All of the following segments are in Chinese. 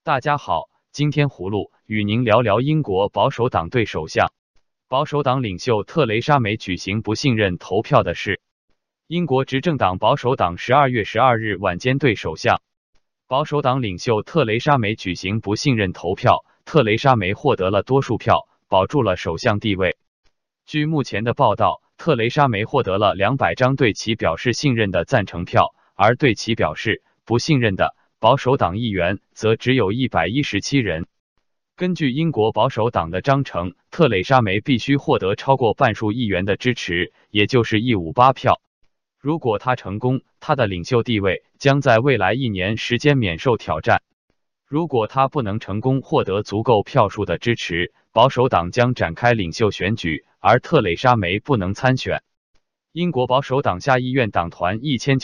大家好，今天葫芦与您聊聊英国保守党对首相、保守党领袖特蕾莎梅举行不信任投票的事。英国执政党保守党12月12日晚间对首相、保守党领袖特蕾莎梅举行不信任投票，特蕾莎梅获得了多数票，保住了首相地位。据目前的报道，特蕾莎梅获得了200张对其表示信任的赞成票，而对其表示不信任的保守党议员则只有117人。根据英国保守党的章程，特蕾莎梅必须获得超过半数议员的支持，也就是158票。如果她成功，她的领袖地位将在未来1年时间免受挑战。如果她不能成功获得足够票数的支持，保守党将展开领袖选举，而特蕾莎梅不能参选。英国保守党下议院党团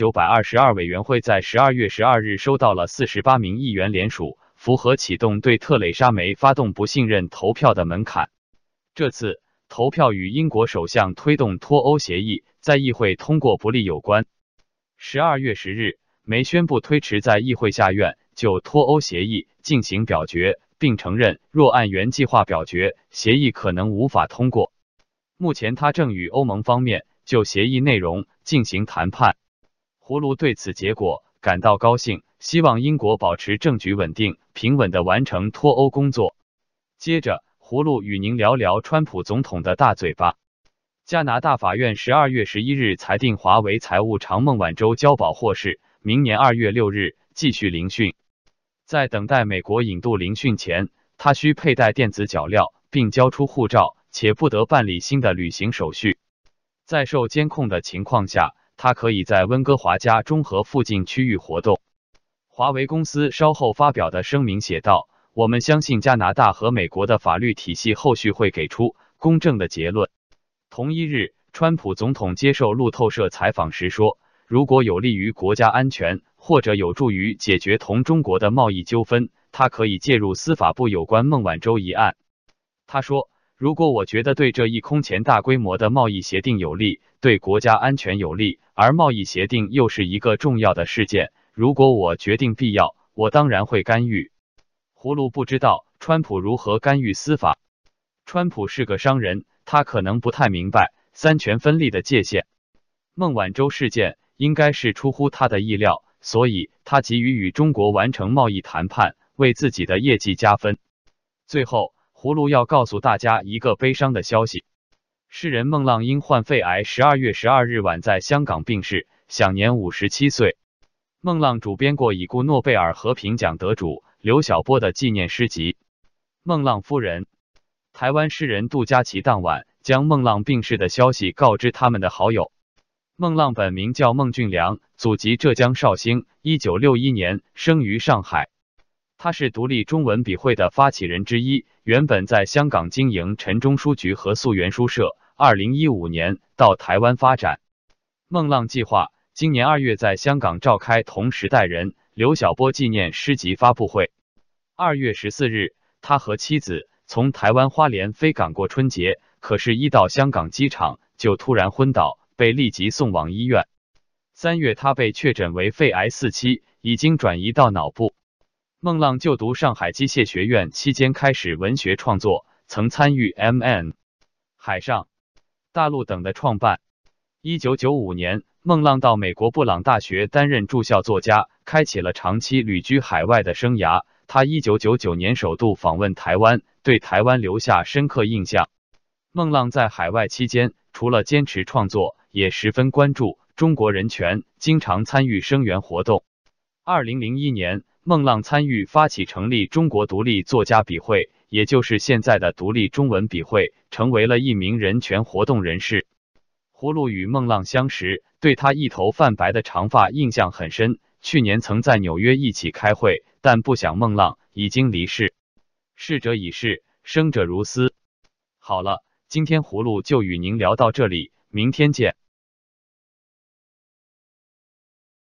1922委员会在12月12日收到了48名议员联署，符合启动对特蕾莎梅发动不信任投票的门槛。这次投票与英国首相推动脱欧协议在议会通过不利有关。12月10日，梅宣布推迟在议会下院就脱欧协议进行表决，并承认若按原计划表决，协议可能无法通过。目前他正与欧盟方面就协议内容进行谈判。葫芦对此结果感到高兴，希望英国保持政局稳定，平稳地完成脱欧工作。接着，葫芦与您聊聊川普总统的大嘴巴。加拿大法院12月11日裁定华为财务长孟晚舟交保获释，明年2月6日继续聆讯。在等待美国引渡聆讯前，他需佩戴电子脚镣，并交出护照，且不得办理新的旅行手续。在受监控的情况下，他可以在温哥华加中和附近区域活动。华为公司稍后发表的声明写道：“我们相信加拿大和美国的法律体系后续会给出公正的结论。”同一日，川普总统接受路透社采访时说，如果有利于国家安全或者有助于解决同中国的贸易纠纷，他可以介入司法部有关孟晚舟一案。他说，如果我觉得对这一空前大规模的贸易协定有利，对国家安全有利，而贸易协定又是一个重要的事件，如果我决定必要，我当然会干预。葫芦不知道川普如何干预司法。川普是个商人，他可能不太明白三权分立的界限。孟晚舟事件应该是出乎他的意料，所以他急于与中国完成贸易谈判，为自己的业绩加分。最后，葫芦要告诉大家一个悲伤的消息：诗人孟浪因患肺癌12月12日晚在香港病逝，享年57岁。孟浪主编过已故诺贝尔和平奖得主刘晓波的纪念诗集《孟浪夫人》。台湾诗人杜嘉琪当晚将孟浪病逝的消息告知他们的好友。孟浪本名叫孟俊良，祖籍浙江绍兴，1961年生于上海。他是独立中文笔会的发起人之一，原本在香港经营陈中书局和溯源书社，2015年到台湾发展。孟浪计划今年2月在香港召开同时代人刘晓波纪念诗集发布会。2月14日，他和妻子从台湾花莲飞港过春节，可是一到香港机场就突然昏倒，被立即送往医院。3月他被确诊为肺癌4期，已经转移到脑部。孟浪就读上海机械学院期间开始文学创作，曾参与 MN、海上、大陆等的创办。1995年，孟浪到美国布朗大学担任驻校作家，开启了长期旅居海外的生涯。他1999年首度访问台湾，对台湾留下深刻印象。孟浪在海外期间，除了坚持创作，也十分关注中国人权，经常参与声援活动。2001年，孟浪参与发起成立中国独立作家笔会，也就是现在的独立中文笔会，成为了一名人权活动人士。葫芦与孟浪相识，对他一头泛白的长发印象很深。去年曾在纽约一起开会，但不想孟浪已经离世。逝者已逝，生者如斯。好了，今天葫芦就与您聊到这里，明天见。